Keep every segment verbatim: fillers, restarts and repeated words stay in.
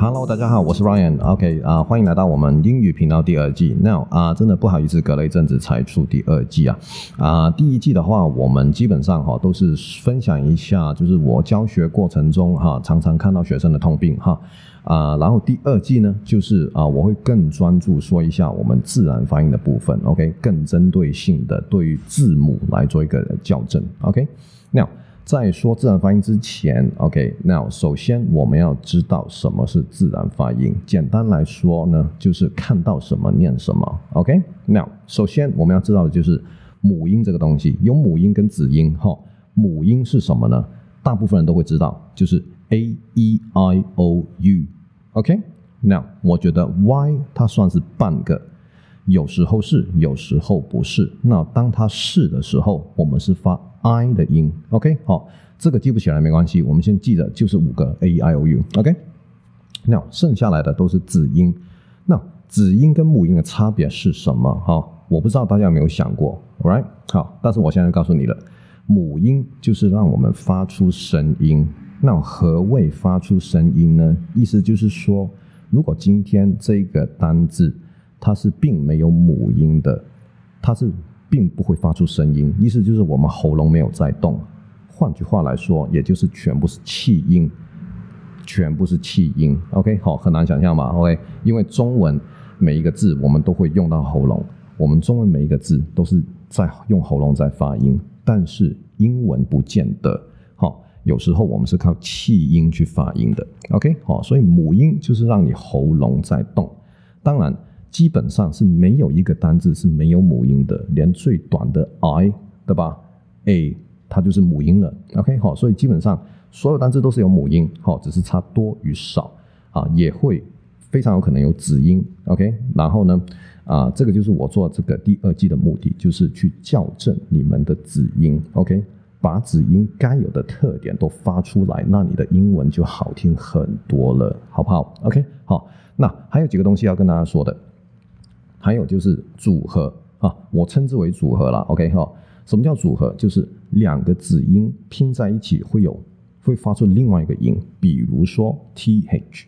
Hello， 大家好，我是 Ryan。OK 啊、呃，欢迎来到我们英语频道第二季。Now 啊、呃，真的不好意思，隔了一阵子才出第二季啊。啊、呃，第一季的话，我们基本上哈都是分享一下，就是我教学过程中哈常常看到学生的通病哈。啊、呃，然后第二季呢，就是啊、呃，我会更专注说一下我们自然发音的部分 ，OK， 更针对性的对于字母来做一个校正 ，OK。Now， 在说自然发音之前 ，OK， 那首先我们要知道什么是自然发音。简单来说呢，就是看到什么念什么 ，OK。那首先我们要知道的就是母音这个东西，有母音跟子音哈。母音是什么呢？大部分人都会知道，就是 A E I O U，OK。那我觉得 Y 它算是半个。有时候是，有时候不是。那当它是的时候，我们是发 I 的音 ，OK， 好，这个记不起来没关系，我们先记得就是五个 A E I O U，OK。那剩下来的都是子音。那子音跟母音的差别是什么？哈，我不知道大家有没有想过 ，right？ 好，但是我现在告诉你了，母音就是让我们发出声音。那何谓发出声音呢？意思就是说，如果今天这个单字它是并没有母音的，它是并不会发出声音，意思就是我们喉咙没有在动。换句话来说，也就是全部是气音，全部是气音 ，OK， 好，很难想象嘛 ，OK， 因为中文每一个字我们都会用到喉咙，我们中文每一个字都是在用喉咙在发音，但是英文不见得，好，有时候我们是靠气音去发音的 ，OK， 好，所以母音就是让你喉咙在动，当然。基本上是没有一个单字是没有母音的，连最短的 I， 对吧 ？A 它就是母音了 ，OK， 好，所以基本上所有单字都是有母音，好，只是差多与少啊，也会非常有可能有子音 ，OK， 然后呢，啊，这个就是我做这个第二季的目的，就是去校正你们的子音 ，OK， 把子音该有的特点都发出来，那你的英文就好听很多了，好不好 ？OK， 好，那还有几个东西要跟大家说的。还有就是组合啊，我称之为组合啦 ，OK 哈。什么叫组合？就是两个子音拼在一起会有会发出另外一个音，比如说 th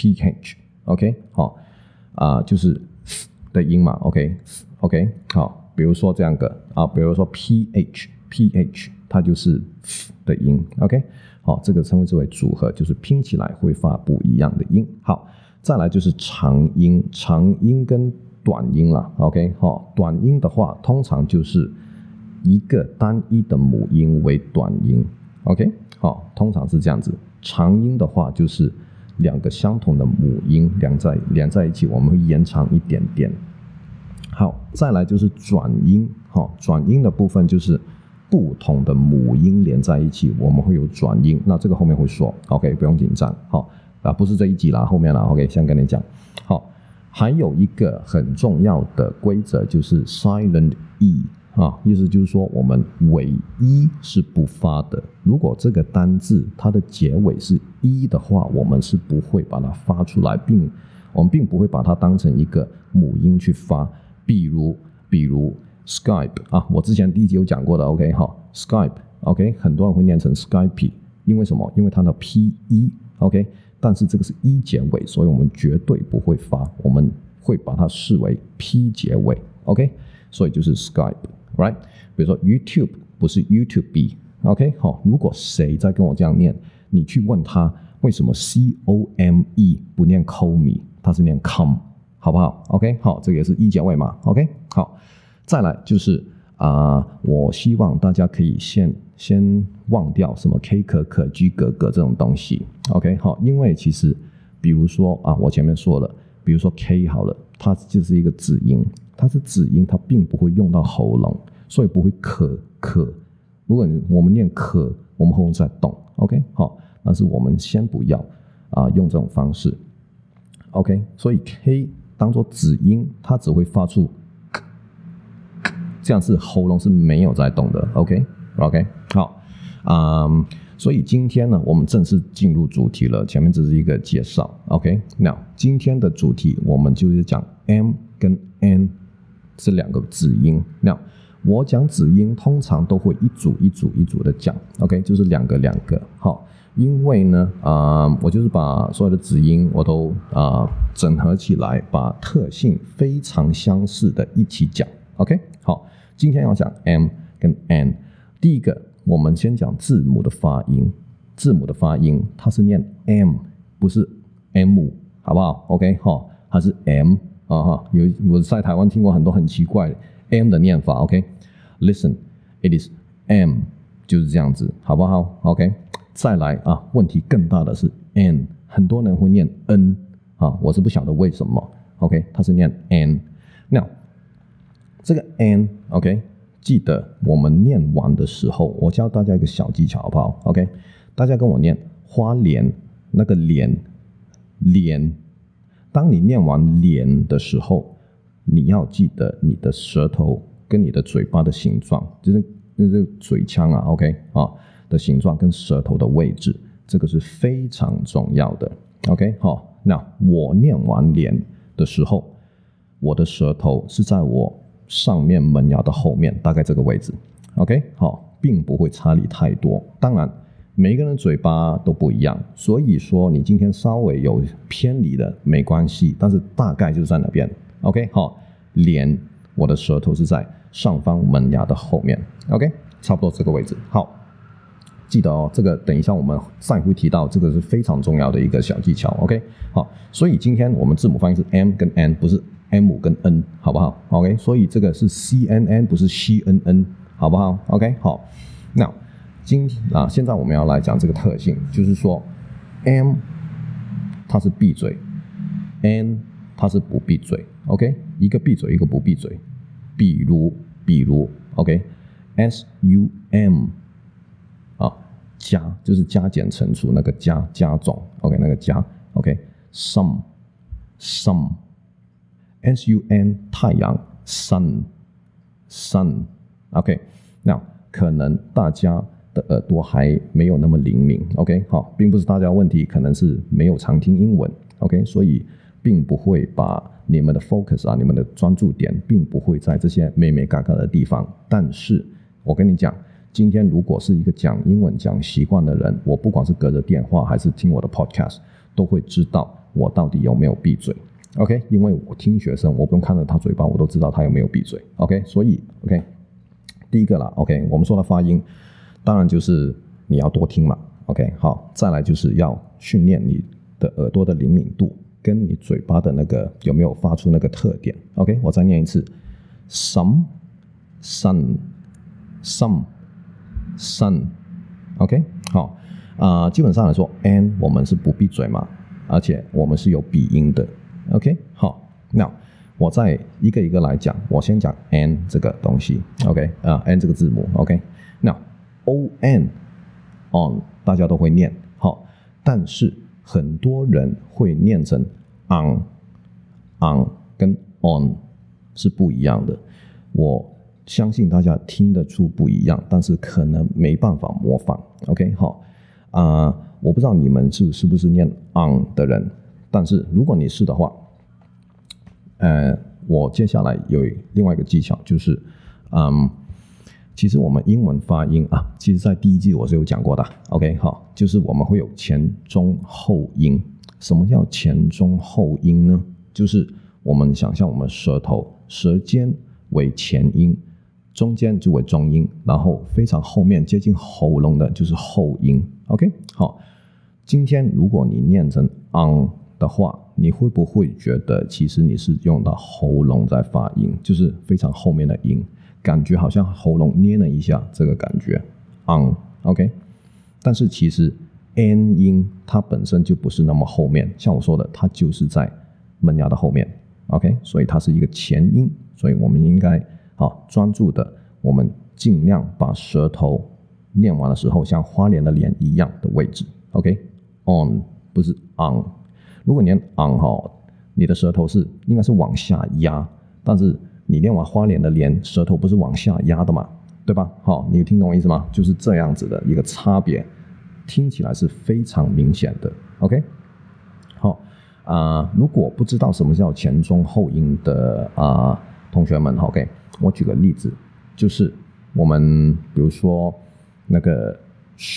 th OK 好啊，就是 th 的音嘛 ，OK OK 好，比如说这样个啊，比如说 ph ph 它就是 th 的音 ，OK 好，这个称之为组合，就是拼起来会发不一样的音。好，再来就是长音，长音跟短音啦 ，OK， 好，短音的话，通常就是一个单一的母音为短音 ，OK， 好，通常是这样子。长音的话，就是两个相同的母音连在连在一起，我们会延长一点点。好，再来就是转音，好，转音的部分就是不同的母音连在一起，我们会有转音。那这个后面会说 ，OK， 不用紧张，好啊，不是这一集啦，后面啦 ，OK， 先跟你讲，好。还有一个很重要的规则就是 silent e 啊，意思就是说我们尾 e 是不发的。如果这个单字它的结尾是 e 的话，我们是不会把它发出来，并我们并不会把它当成一个母音去发。比如，比如 Skype 啊，我之前第一集有讲过的 ，OK 好 ，Skype OK， 很多人会念成 Skype， 因为什么？因为它的 pe OK。但是这个是 e 结尾，所以我们绝对不会发，我们会把它视为 p 结尾 ，OK， 所以就是 Skype，right？ 比如说 YouTube 不是 YouTube，OK， 好，如果谁在跟我这样念，你去问他为什么 C O M E 不念 come， 他是念 come， 好不好 ？OK， 好，这个也是 e 结尾嘛 ，OK， 好，再来就是啊、呃，我希望大家可以先先忘掉什么 k 可可 g 格格这种东西 ，OK 好，因为其实比如说啊，我前面说了，比如说 k 好了，它就是一个子音，它是子音，它并不会用到喉咙，所以不会可可。如果我们念可，我们喉咙在动 ，OK 好，但是我们先不要啊用这种方式 ，OK， 所以 k 当做子音，它只会发出。这样是喉咙是没有在动的 ，OK OK 好，嗯，所以今天呢，我们正式进入主题了。前面只是一个介绍 ，OK。那今天的主题我们就是讲 M 跟 N 这两个子音。那我讲子音通常都会一组一组一组的讲 ，OK， 就是两个两个。好， 因为呢，啊、呃，我就是把所有的子音我都啊、呃、整合起来，把特性非常相似的一起讲。OK， 好，今天要讲 M 跟 N。第一个，我们先讲字母的发音。字母的发音，它是念 M， 不是 M， 好不好 ？OK， 好，它是 M 啊哈。有我在台湾听过很多很奇怪的 M 的念法。OK，Listen，it is M， 就是这样子，好不好 ？OK。再来啊，问题更大的是 N， 很多人会念 N 啊，我是不晓得为什么 ，OK， 它是念 N。那这个 N， OK， 记得我们念完的时候，我教大家一个小技巧，好不好 ？OK， 大家跟我念花莲那个莲莲，当你念完莲的时候，你要记得你的舌头跟你的嘴巴的形状，就是就是嘴腔啊 ，OK 啊。的形状跟舌头的位置，这个是非常重要的。OK， 好，那我念完莲的时候，我的舌头是在我上面门牙的后面，大概这个位置。OK， 好，并不会差离太多。当然，每一个人嘴巴都不一样，所以说你今天稍微有偏离的没关系，但是大概就是在哪边。OK， 好，莲，我的舌头是在上方门牙的后面。OK， 差不多这个位置。好。记得哦，这个等一下我们再会提到，这个是非常重要的一个小技巧。OK， 好，所以今天我们字母发音是 M 跟 N， 不是 M 跟 N， 好不好 ？OK， 所以这个是 C N N， 不是 C N N， 好不好 ？OK， 好，那今啊，现在我们要来讲这个特性，就是说 M 它是闭嘴 ，N 它是不闭嘴。OK， 一个闭嘴，一个不闭嘴。比如，比如 ，OK，S U M。啊，加就是加减乘除那个加加总 ，OK， 那个加 ，OK，sum sum，S U N 太阳 sun sun，OK， 那可能大家的耳朵还没有那么灵敏 ，OK， 好，并不是大家问题，可能是没有常听英文 ，OK， 所以并不会把你们的 focus 啊，你们的专注点并不会在这些美美嘎嘎的地方，但是我跟你讲。今天如果是一个讲英文讲习惯的人，我不管是隔着电话还是听我的 podcast， 都会知道我到底有没有闭嘴。OK， 因为我听学生，我不用看着他嘴巴，我都知道他有没有闭嘴。OK， 所以 OK， 第一个啦 ，OK， 我们说的发音，当然就是你要多听嘛。OK， 好，再来就是要训练你的耳朵的灵敏度，跟你嘴巴的那个有没有发出那个特点。OK， 我再念一次 ，some sun some。Sun，OK， 好，啊、呃，基本上来说 ，N 我们是不闭嘴嘛，而且我们是有鼻音的 ，OK， 好，那我再一个一个来讲，我先讲 N 这个东西 ，OK， 啊、呃、，N 这个字母 ，OK， 那 O N on 大家都会念，好，但是很多人会念成 on on 跟 on 是不一样的，我。相信大家听得出不一样，但是可能没办法模仿。OK， 好啊、呃，我不知道你们是是不是念 on 的人，但是如果你是的话，呃，我接下来有另外一个技巧，就是嗯，其实我们英文发音啊，其实在第一季我是有讲过的。OK， 好，就是我们会有前中后音。什么叫前中后音呢？就是我们想象我们舌头舌尖为前音。中间就为中音，然后非常后面接近喉咙的就是后音 OK， 好，今天如果你念成 on 的话，你会不会觉得其实你是用到喉咙在发音，就是非常后面的音，感觉好像喉咙捏了一下这个感觉 on OK， 但是其实 N 音它本身就不是那么后面，像我说的它就是在门牙的后面 OK， 所以它是一个前音，所以我们应该好，专注的，我们尽量把舌头念完的时候，像花莲的莲一样的位置。OK，on、okay? 不是 on。如果念 on 哈，你的舌头是应该是往下压，但是你念完花莲的莲，舌头不是往下压的嘛，对吧？好，你有听懂我意思吗？就是这样子的一个差别，听起来是非常明显的。OK， 好啊、呃，如果不知道什么叫前中后音的啊、呃、同学们 ，OK。我举个例子，就是我们比如说那个水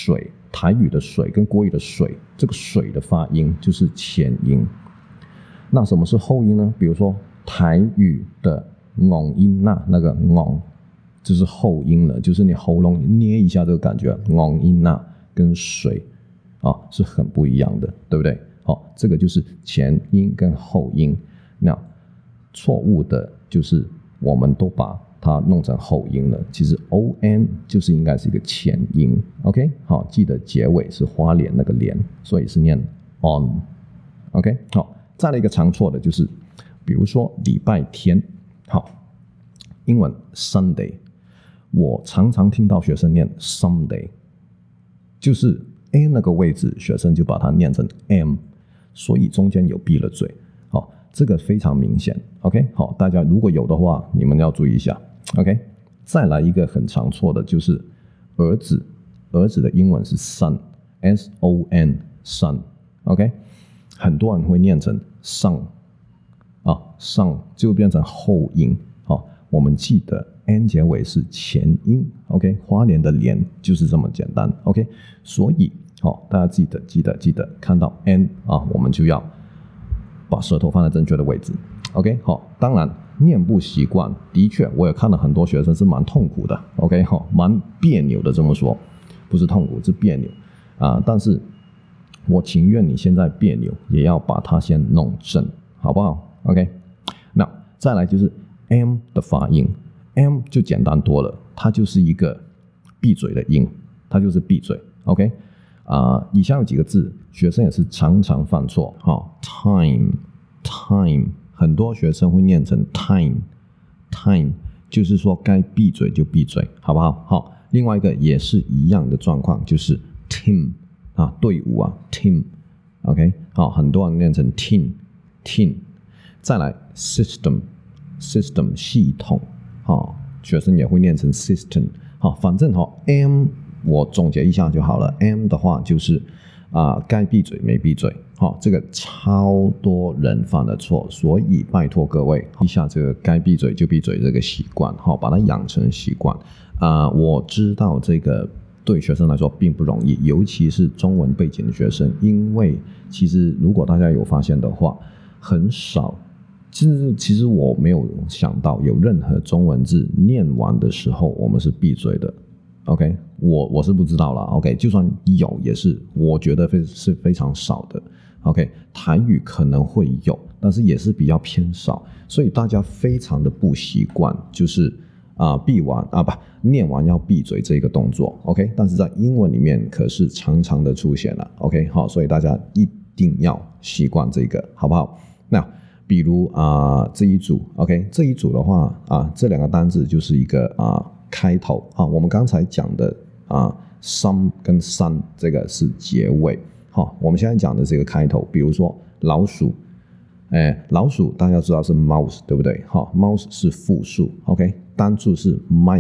台语的水跟国语的水，这个水的发音就是前音。那什么是后音呢？比如说台语的昂音那那个昂就是后音了，就是你喉咙捏一下这个感觉，昂音那跟水啊是很不一样的，对不对？好，这个就是前音跟后音。那错误的就是我们都把它弄成后音了，其实 O N 就是应该是一个前音 ，OK？ 好，记得结尾是花莲那个莲，所以是念 on，OK？ 好，再来一个常错的就是，比如说礼拜天，好，英文 Sunday， 我常常听到学生念 Sunday， 就是 A 那个位置，学生就把它念成 M， 所以中间有闭了嘴，好，这个非常明显 ，OK？ 好，大家如果有的话，你们要注意一下。OK， 再来一个很常错的就是儿子，儿子的英文是 son，S O N son，OK， 很多人会念成 son 啊 son 就变成后音，好，我们记得 n 结尾是前音 ，OK， 花莲的莲就是这么简单 ，OK， 所以好，大家记得记得记得看到 n 啊，我们就要把舌头放在正确的位置 ，OK， 好，当然。念不习惯，的确，我也看了很多学生是蛮痛苦的 ，OK 哈，蛮别扭的这么说，不是痛苦，是别扭啊。但是我情愿你现在别扭，也要把它先弄正，好不好 ？OK， 那再来就是 M 的发音 ，M 就简单多了，它就是一个闭嘴的音，它就是闭嘴 ，OK 啊。以下有几个字，学生也是常常犯错，哈 ，time time。很多学生会念成 time time， 就是说该闭嘴就闭嘴，好不好？好，另外一个也是一样的状况，就是 team 啊，队伍啊 team， OK， 好，很多人念成 team team， 再来 system system 系统，好，学生也会念成 system， 好，反正好 M 我总结一下就好了 ，M 的话就是啊，该闭嘴没闭嘴。好，这个超多人犯的错，所以拜托各位一下这个该闭嘴就闭嘴这个习惯，好，把它养成习惯啊、呃。我知道这个对学生来说并不容易，尤其是中文背景的学生，因为其实如果大家有发现的话，很少，其实其实我没有想到有任何中文字念完的时候我们是闭嘴的。OK， 我我是不知道啦 OK， 就算有也是我觉得非是非常少的。OK， 台语可能会有，但是也是比较偏少，所以大家非常的不习惯，就是啊、呃、闭完啊不念完要闭嘴这个动作 OK， 但是在英文里面可是常常的出现了 OK， 好，所以大家一定要习惯这个，好不好？那比如啊、呃、这一组 OK， 这一组的话啊、呃、这两个单字就是一个啊、呃、开头啊，我们刚才讲的啊 some 跟 sun 这个是结尾。好，我们现在讲的这个开头，比如说老鼠，哎，老鼠大家知道是 mouse， 对不对？好 ，mouse 是复数 ，OK， 单数是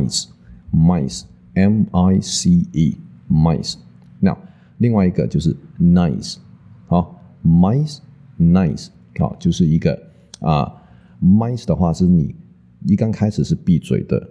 mice，mice，m i c e，mice。那另外一个就是 nice， 好 ，mice，nice， 好，就是一个啊 ，mice 的话是你一刚开始是闭嘴的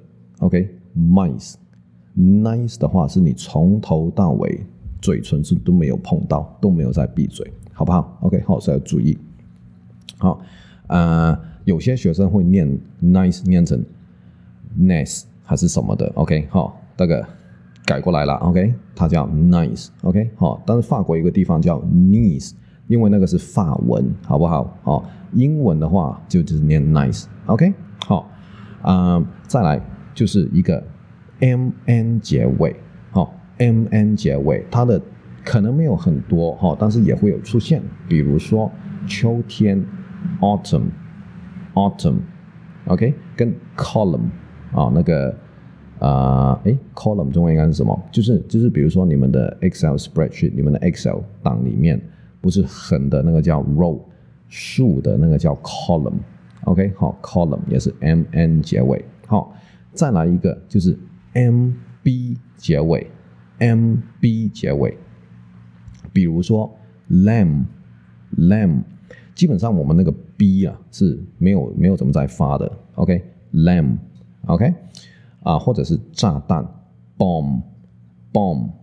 ，OK，mice，nice 的话是你从头到尾。嘴唇是都没有碰到，都没有在闭嘴，好不好 ？OK， 好，所以要注意。好，呃，有些学生会念 nice 念成 nice 还是什么的 ，OK， 好，这个改过来了 ，OK， 它叫 nice，OK， 好，但是法国有一个地方叫 nice， 因为那个是法文，好不好？好，英文的话就就是念 nice，OK， 好，啊、呃，再来就是一个 mn 结尾，好。M N 结尾，它的可能没有很多哈，但是也会有出现，比如说秋天 autumn autumn OK 跟 column 啊那个啊诶 column 中文应该是什么？就是就是比如说你们的 Excel spreadsheet， 你们的 Excel 档里面不是横的那个叫 row， 竖的那个叫 column OK 好 column 也是 M N 结尾，好，再来一个就是 M B 结尾。M B 结尾，比如说 lamb lamb， 基本上我们那个 B 啊是没有没有怎么在发的 ，OK lamb OK 啊，或者是炸弹 bomb bomb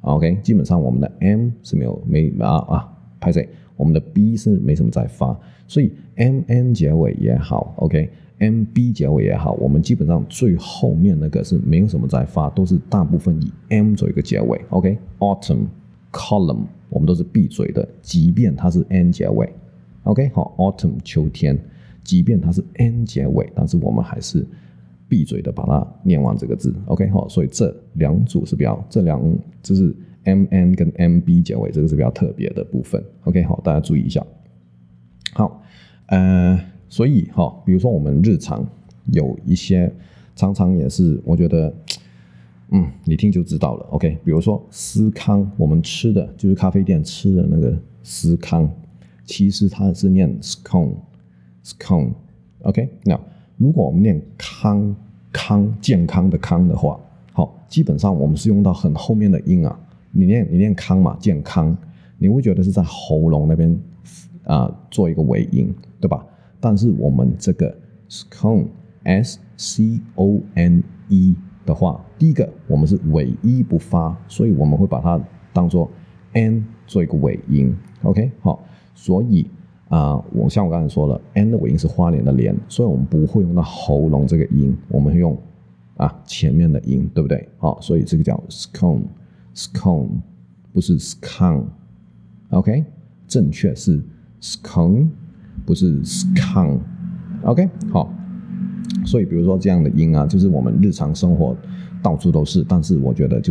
OK， 基本上我们的 M 是没有没啊啊，拍谁？我们的 B 是没什么在发，所以 M N 结尾也好 ，OK，M B 结尾也好，我们基本上最后面那个是没有什么在发，都是大部分以 M 做一个结尾 ，OK，Autumn、Column 我们都是闭嘴的，即便它是 N 结尾 ，OK， 好 ，Autumn 秋天，即便它是 N 结尾，但是我们还是闭嘴的把它念完这个字 ，OK， 好，所以这两组是比较，这两就是。M N 跟 M B 结尾，这个是比较特别的部分。OK， 好，大家注意一下。好，呃，所以哈、哦，比如说我们日常有一些，常常也是，我觉得，嗯，你听就知道了。OK， 比如说司康，我们吃的就是咖啡店吃的那个司康，其实它是念 scone，scone。OK， 那如果我们念康康健康的康的话，好，基本上我们是用到很后面的音啊。你念你念康嘛，健康，你会觉得是在喉咙那边啊、呃、做一个尾音，对吧？但是我们这个 scone S C O N E 的话，第一个我们是尾一不发，所以我们会把它当做 N 做一个尾音 ，OK， 好，所以啊、呃，我像我刚才说了 ，N 的尾音是花莲的莲，所以我们不会用到喉咙这个音，我们会用啊前面的音，对不对？好，所以这个叫 scone。scone 不是 scone，OK， 正确是 scone， 不是 scone，OK， 好，所以比如说这样的音啊，就是我们日常生活到处都是，但是我觉得就是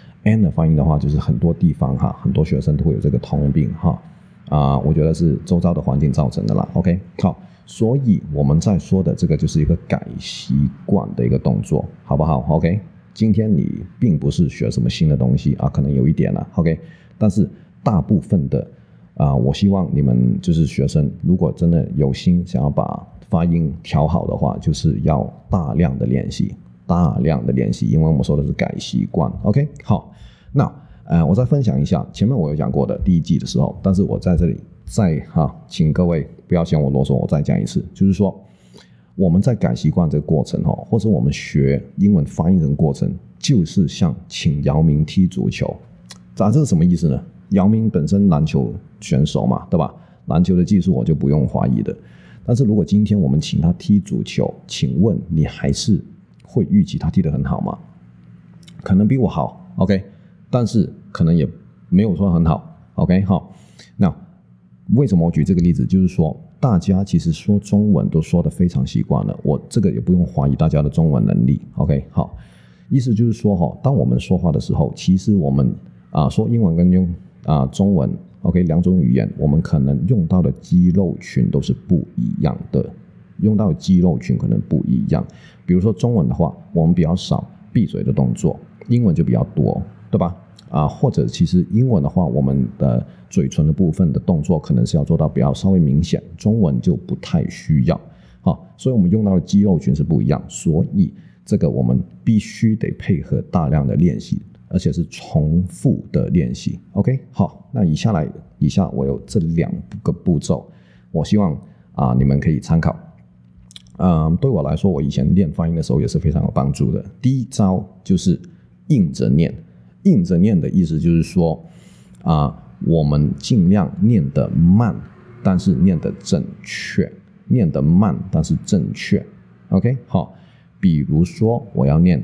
N 的发音的话，就是很多地方哈，很多学生都会有这个通病哈，啊、呃，我觉得是周遭的环境造成的啦 ，OK， 好，所以我们在说的这个就是一个改习惯的一个动作，好不好 ？OK。今天你并不是学什么新的东西啊，可能有一点了 ，OK， 但是大部分的啊、呃，我希望你们就是学生，如果真的有心想要把发音调好的话，就是要大量的练习，大量的练习，因为我们说的是改习惯 ，OK， 好，那呃，我再分享一下前面我有讲过的第一季的时候，但是我在这里再哈，请各位不要嫌我啰嗦，我再讲一次，就是说。我们在改习惯这个过程，或者我们学英文发音的过程，就是像请姚明踢足球，这是什么意思呢？姚明本身篮球选手嘛，对吧？篮球的技术我就不用怀疑的。但是如果今天我们请他踢足球，请问你还是会预期他踢得很好吗？可能比我好 ，OK， 但是可能也没有说很好 ，OK， 好。那为什么我举这个例子？就是说。大家其实说中文都说得非常习惯了，我这个也不用怀疑大家的中文能力 ，OK， 好，意思就是说哈，当我们说话的时候，其实我们啊、呃、说英文跟用啊、呃、中文 ，OK 两种语言，我们可能用到的肌肉群都是不一样的，用到的肌肉群可能不一样。比如说中文的话，我们比较少闭嘴的动作，英文就比较多，对吧？啊，或者其实英文的话，我们的嘴唇的部分的动作可能是要做到比较稍微明显，中文就不太需要，好，所以我们用到的肌肉群是不一样，所以这个我们必须得配合大量的练习，而且是重复的练习。OK， 好，那以下来，以下我有这两个步骤，我希望啊你们可以参考。嗯，对我来说，我以前练发音的时候也是非常有帮助的。第一招就是硬着念。硬着念的意思就是说，啊、呃，我们尽量念得慢，但是念得正确，念得慢但是正确。OK， 好，比如说我要念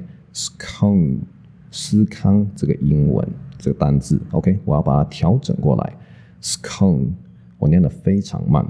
scone 司康这个英文这个单字 ，OK， 我要把它调整过来 ，scone 我念得非常慢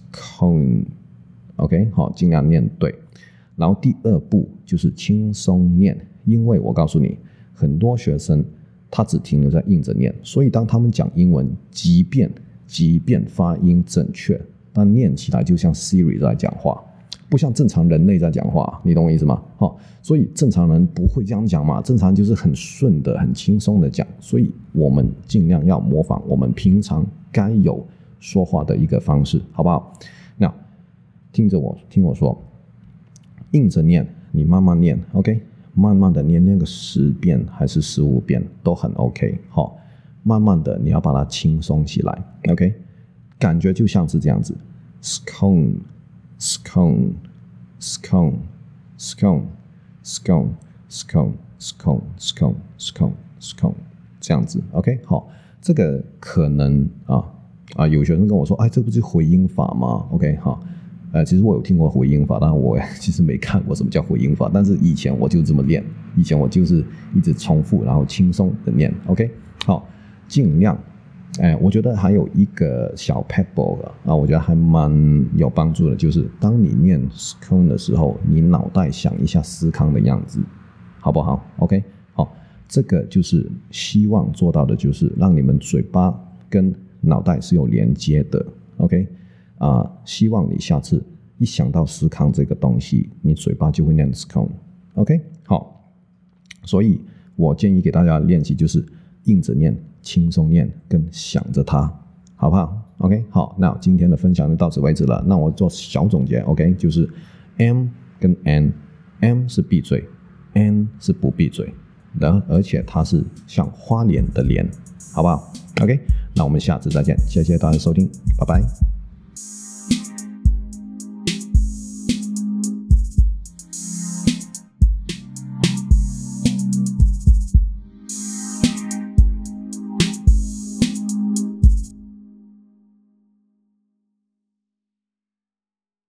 ，scone，OK， 好，尽量念对。然后第二步就是轻松念，因为我告诉你，很多学生。他只停留在硬着念，所以当他们讲英文，即便即便发音正确，但念起来就像 Siri 在讲话，不像正常人类在讲话，你懂我意思吗？哦，所以正常人不会这样讲嘛，正常就是很顺的、很轻松的讲，所以我们尽量要模仿我们平常该有说话的一个方式，好不好？那听着我，听我说，硬着念，你慢慢念 ，OK。慢慢的念，念个十遍还是十五遍都很 OK， 好，慢慢的你要把它轻松起来 ，OK， 感觉就像是这样子 ，scone scone scone scone scone scone scone scone scone scone， 这样子 OK 好，这个可能啊啊有学生跟我说，哎，这不是回音法吗 OK 好，呃其实我有听过回音法，但我其实没看过什么叫回音法，但是以前我就这么练，以前我就是一直重复然后轻松的念 OK 好，尽量哎，我觉得还有一个小 pebble 啊，我觉得还蛮有帮助的，就是当你念 scone 的时候，你脑袋想一下司康的样子，好不好 ？OK， 好，这个就是希望做到的，就是让你们嘴巴跟脑袋是有连接的 ，OK， 啊、呃，希望你下次一想到司康这个东西，你嘴巴就会念 scone，OK， 好，所以我建议给大家练习就是硬着念。轻松念跟想着它，好不好 ？OK， 好，那今天的分享就到此为止了。那我做小总结 ，OK， 就是 M 跟 N，M 是闭嘴 ，N 是不闭嘴，然后而且它是像花莲的莲，好不好 ？OK， 那我们下次再见，谢谢大家收听，拜拜。